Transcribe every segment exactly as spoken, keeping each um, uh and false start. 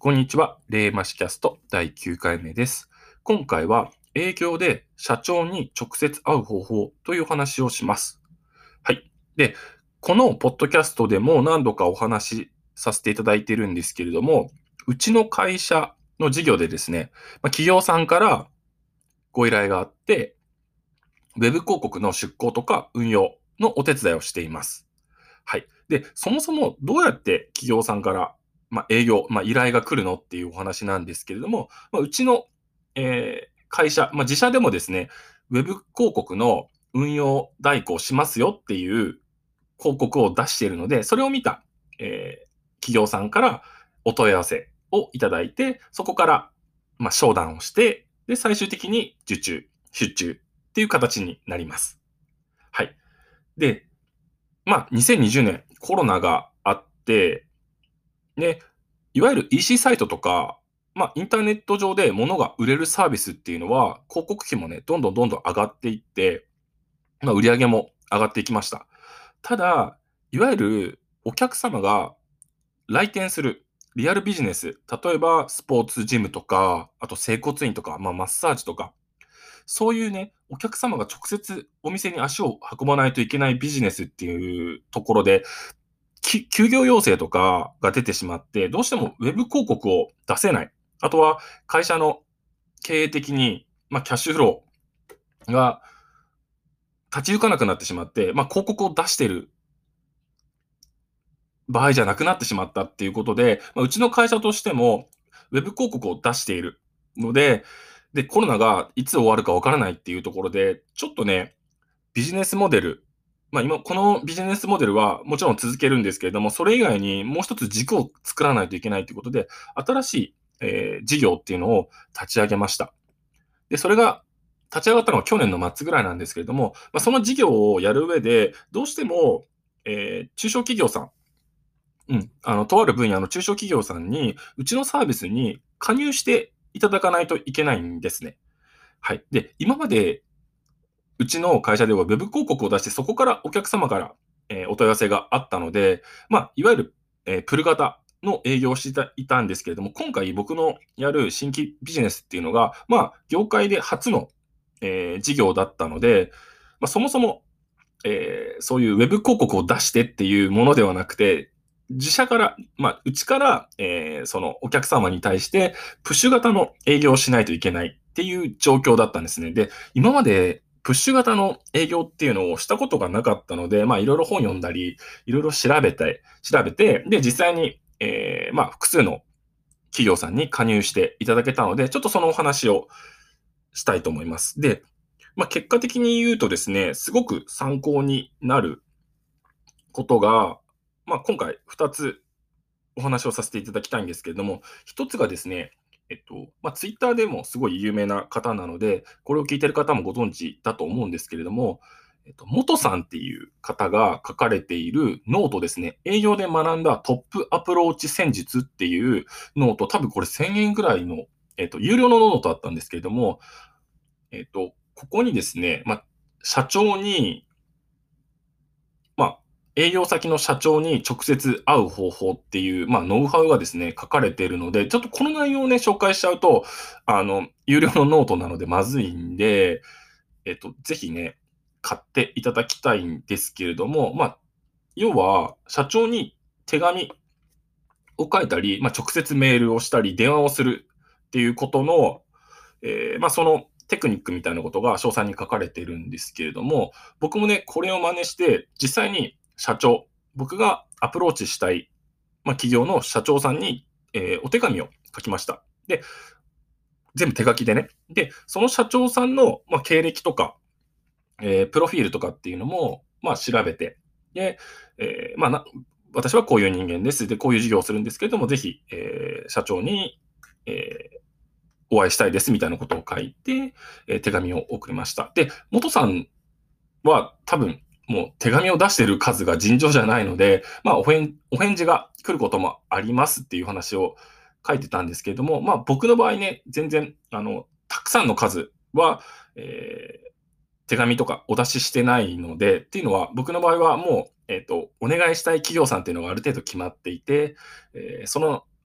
こんにちは。レイマシキャストだいきゅうかいめです。今回は営業で社長に直接会う方法という話をします。はい。で、このポッドキャストでも何度かお話しさせていただいているんですけれども、うちの会社の事業でですね、まあ企業さんからご依頼があって、ウェブ広告の出稿とか運用のお手伝いをしています。はい。で、そもそもどうやって企業さんから、まあ、営業、まあ、依頼が来るのっていうお話なんですけれども、まあ、うちの、えー会社、まあ、自社でもですね、ウェブ広告の運用代行しますよっていう広告を出しているので、それを見た、えー企業さんからお問い合わせをいただいて、そこから、まあ、商談をして、で、最終的に受注、出注っていう形になります。はい。で、まあ、にせんにじゅうねんコロナがあって、ね、いわゆる イーシー サイトとか、まあ、インターネット上で物が売れるサービスっていうのは、広告費もね、どんどんどんどん上がっていって、まあ、売り上げも上がっていきました。ただ、いわゆるお客様が来店するリアルビジネス、例えばスポーツジムとか、あと整骨院とか、まあ、マッサージとか、そういうね、お客様が直接お店に足を運ばないといけないビジネスっていうところで、き休業要請とかが出てしまって、どうしてもウェブ広告を出せない。あとは会社の経営的に、まあ、キャッシュフローが立ち行かなくなってしまって、まあ、広告を出している場合じゃなくなってしまったっていうことで、まあ、うちの会社としてもウェブ広告を出しているので、で、コロナがいつ終わるかわからないっていうところで、ちょっとね、ビジネスモデル、まあ、今、このビジネスモデルはもちろん続けるんですけれども、それ以外にもう一つ軸を作らないといけないということで、新しい、えー事業っていうのを立ち上げました。で、それが立ち上がったのは去年の末ぐらいなんですけれども、まあ、その事業をやる上で、どうしても、えー中小企業さん、うん、あの、とある分野の中小企業さんに、うちのサービスに加入していただかないといけないんですね。はい。で、今までうちの会社ではウェブ広告を出して、そこからお客様から、えーお問い合わせがあったので、まあ、いわゆる、えープル型の営業をしていたいたんですけれども、今回僕のやる新規ビジネスっていうのが、まあ、業界で初の、えー事業だったので、まあ、そもそも、えーそういうウェブ広告を出してっていうものではなくて、自社から、まあ、うちから、えーそのお客様に対して、プッシュ型の営業をしないといけないっていう状況だったんですね。で、今までプッシュ型の営業っていうのをしたことがなかったので、まあ、いろいろ本読んだり、いろいろ調べて、調べて、で、実際に、えーまあ、複数の企業さんに加入していただけたので、ちょっとそのお話をしたいと思います。で、まあ、結果的に言うとですね、すごく参考になることが、まあ、今回ふたつお話をさせていただきたいんですけれども、ひとつがですね、えっと、まあ、ツイッターでもすごい有名な方なので、これを聞いている方もご存知だと思うんですけれども、えっと、元さんっていう方が書かれているノートですね。営業で学んだトップアプローチ戦術っていうノート、多分これせんえんぐらいの、えっと、有料のノートだったんですけれども、えっと、ここにですね、まあ、社長にまあ、営業先の社長に直接会う方法っていう、まあ、ノウハウがですね、書かれているので、ちょっとこの内容をね、紹介しちゃうと、あの、有料のノートなのでまずいんで、えっと、ぜひね、買っていただきたいんですけれども、まあ、要は、社長に手紙を書いたり、まあ、直接メールをしたり、電話をするっていうことの、えーまあ、そのテクニックみたいなことが詳細に書かれているんですけれども、僕もね、これを真似して、実際に社長、僕がアプローチしたい、まあ、企業の社長さんに、えーお手紙を書きました。で、全部手書きでね。で、その社長さんの、まあ、経歴とか、えープロフィールとかっていうのも、まあ、調べて、で、えーまあな、私はこういう人間です。で、こういう事業をするんですけれども、ぜひ、えー社長に、えーお会いしたいですみたいなことを書いて、えー手紙を送りました。で、元さんは多分もう手紙を出している数が尋常じゃないので、まあお返お返事が来ることもありますっていう話を書いてたんですけれども、まあ僕の場合ね、全然あのたくさんの数は、えー手紙とかお出ししてないので、っていうのは僕の場合はもう、えっと、お願いしたい企業さんっていうのがある程度決まっていて、えーその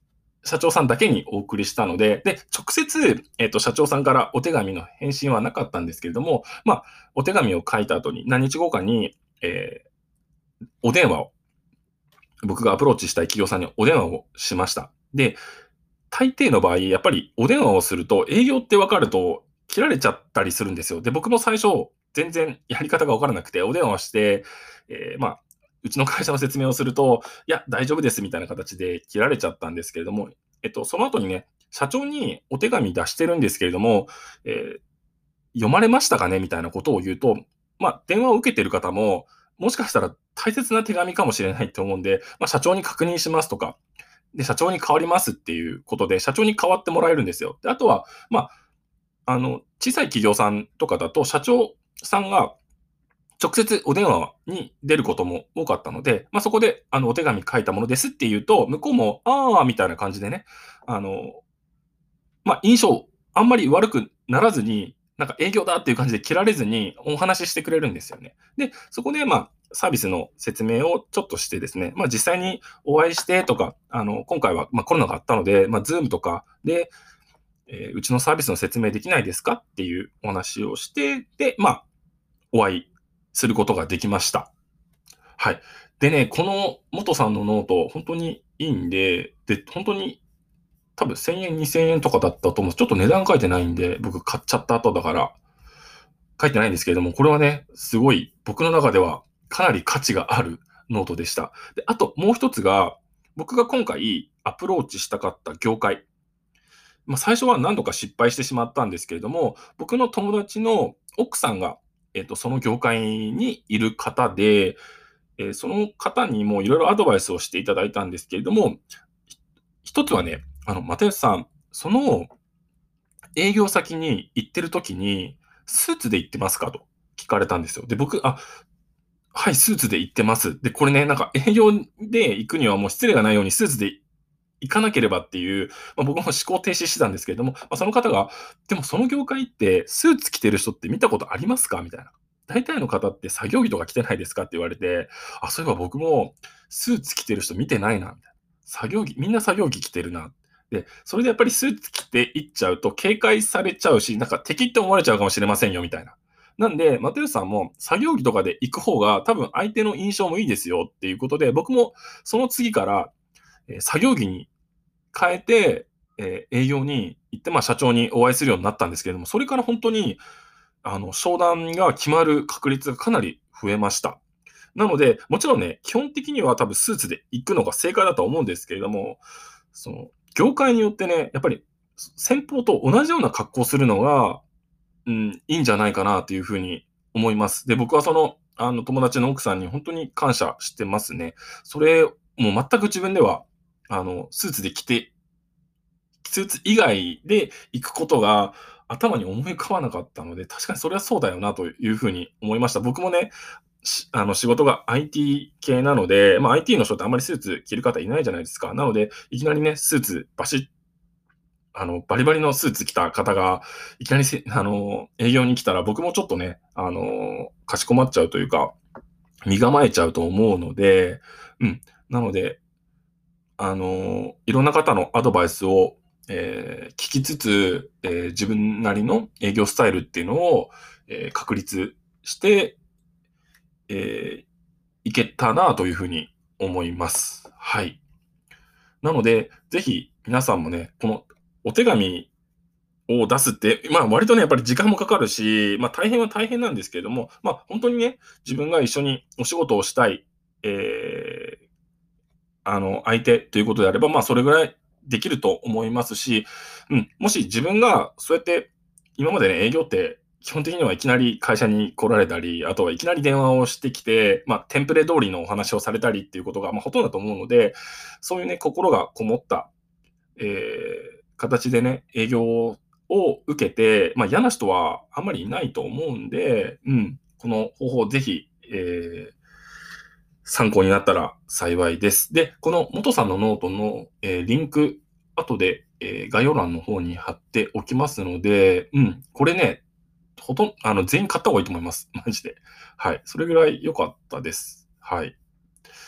社長さんだけにお送りしたので、で、直接、えっと、社長さんからお手紙の返信はなかったんですけれども、まあ、お手紙を書いた後に、何日後かに、えーお電話を、僕がアプローチしたい企業さんにお電話をしました。で、大抵の場合、やっぱりお電話をすると、営業って分かると切られちゃったりするんですよ。で、僕も最初、全然やり方が分からなくて、お電話をして、えーまあ、うちの会社の説明をすると、いや、大丈夫ですみたいな形で切られちゃったんですけれども、えっと、その後にね、社長にお手紙出してるんですけれども、えー読まれましたかねみたいなことを言うと、まあ、電話を受けてる方も、もしかしたら大切な手紙かもしれないと思うんで、まあ、社長に確認しますとか、で、社長に変わりますっていうことで、社長に変わってもらえるんですよ。で、あとは、まあ、あの、小さい企業さんとかだと、社長さんが直接お電話に出ることも多かったので、まあ、そこで、あの、お手紙書いたものですって言うと、向こうも、ああ、みたいな感じでね、あの、まあ、印象あんまり悪くならずに、なんか営業だっていう感じで切られずにお話ししてくれるんですよね。で、そこで、まあ、サービスの説明をちょっとしてですね、まあ、実際にお会いしてとか、あの、今回は、まあ、コロナがあったので、まあ、Zoom とかで、えーうちのサービスの説明できないですかっていうお話をして、で、まあ、お会いすることができました。はい。でね、この元さんのノート、本当にいいんで、で、本当に多分せんえん、にせんえんとかだったと思う。ちょっと値段書いてないんで、僕買っちゃった後だから、書いてないんですけれども、これはね、すごい僕の中ではかなり価値があるノートでした。で、あともう一つが、僕が今回アプローチしたかった業界。まあ、最初は何度か失敗してしまったんですけれども、僕の友達の奥さんが、えっと、その業界にいる方で、えーその方にもいろいろアドバイスをしていただいたんですけれども、ひ一つはね、あの、又吉さん、その営業先に行ってる時に、スーツで行ってますかと聞かれたんですよ。で、僕、あ、はい、スーツで行ってます。で、これね、なんか営業で行くにはもう失礼がないようにスーツで行かなければっていう、まあ、僕も思考停止してたんですけれども、まあ、その方が、でもその業界ってスーツ着てる人って見たことありますかみたいな。大体の方って作業着とか着てないですかって言われて、あ、そういえば僕もスーツ着てる人見てないな、みたいな。作業着、みんな作業着着てるな。で、それでやっぱりスーツ着て行っちゃうと警戒されちゃうし、なんか敵って思われちゃうかもしれませんよ、みたいな。なんで、又吉さんも作業着とかで行く方が多分相手の印象もいいですよっていうことで、僕もその次から、えー作業着に変えて、えー営業に行って、まあ、社長にお会いするようになったんですけれども、それから本当に、あの、商談が決まる確率がかなり増えました。なので、もちろんね、基本的には多分スーツで行くのが正解だとは思うんですけれども、その、業界によってね、やっぱり、先方と同じような格好をするのが、うん、いいんじゃないかなというふうに思います。で、僕はその、あの、友達の奥さんに本当に感謝してますね。それ、もう全く自分では、あの、スーツで着てスーツ以外で行くことが頭に思い浮かばなかったので、確かにそれはそうだよなというふうに思いました。僕もね、しあの、仕事が アイティー 系なので、まあ、アイティー の人ってあんまりスーツ着る方いないじゃないですか。なので、いきなりね、スーツバシッあの、バリバリのスーツ着た方が、いきなりせあの、営業に来たら、僕もちょっとね、あの、かしこまっちゃうというか、身構えちゃうと思うので、うん。なので、あの、いろんな方のアドバイスを、えー聞きつつ、えー自分なりの営業スタイルっていうのを、えー確立して、えーいけたなというふうに思います。はい。なので、ぜひ皆さんもね、このお手紙を出すって、まあ割とね、やっぱり時間もかかるし、まあ大変は大変なんですけれども、まあ本当にね、自分が一緒にお仕事をしたい、えーあの、相手ということであれば、まあ、それぐらいできると思いますし、うん、もし自分がそうやって、今までね、営業って基本的にはいきなり会社に来られたり、あとはいきなり電話をしてきて、まあ、テンプレ通りのお話をされたりっていうことが、まあ、ほとんどだと思うので、そういうね、心がこもった、えー形でね、営業を受けて、まあ、嫌な人はあんまりいないと思うんで、うん、この方法をぜひ、えー参考になったら幸いです。で、この元さんのノートの、えーリンク、後で、えー概要欄の方に貼っておきますので、うん、これね、ほとんあの、全員買った方がいいと思います。マジで。はい。それぐらい良かったです。はい。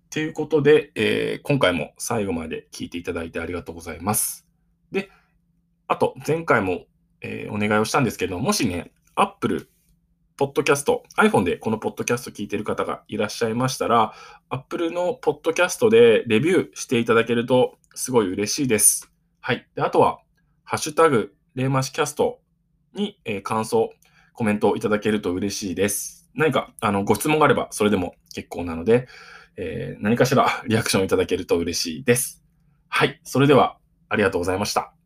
ということで、えー今回も最後まで聞いていただいてありがとうございます。で、あと前回も、えーお願いをしたんですけど、もしね、Apple Podcast、iPhone でこのポッドキャスト聞いてる方がいらっしゃいましたら、Apple のポッドキャストでレビューしていただけるとすごい嬉しいです。はい。で、あとは、ハッシュタグ、レーマシキャストに、えー感想、コメントをいただけると嬉しいです。何か、あの、ご質問があればそれでも結構なので、えー何かしらリアクションいただけると嬉しいです。はい。それでは、ありがとうございました。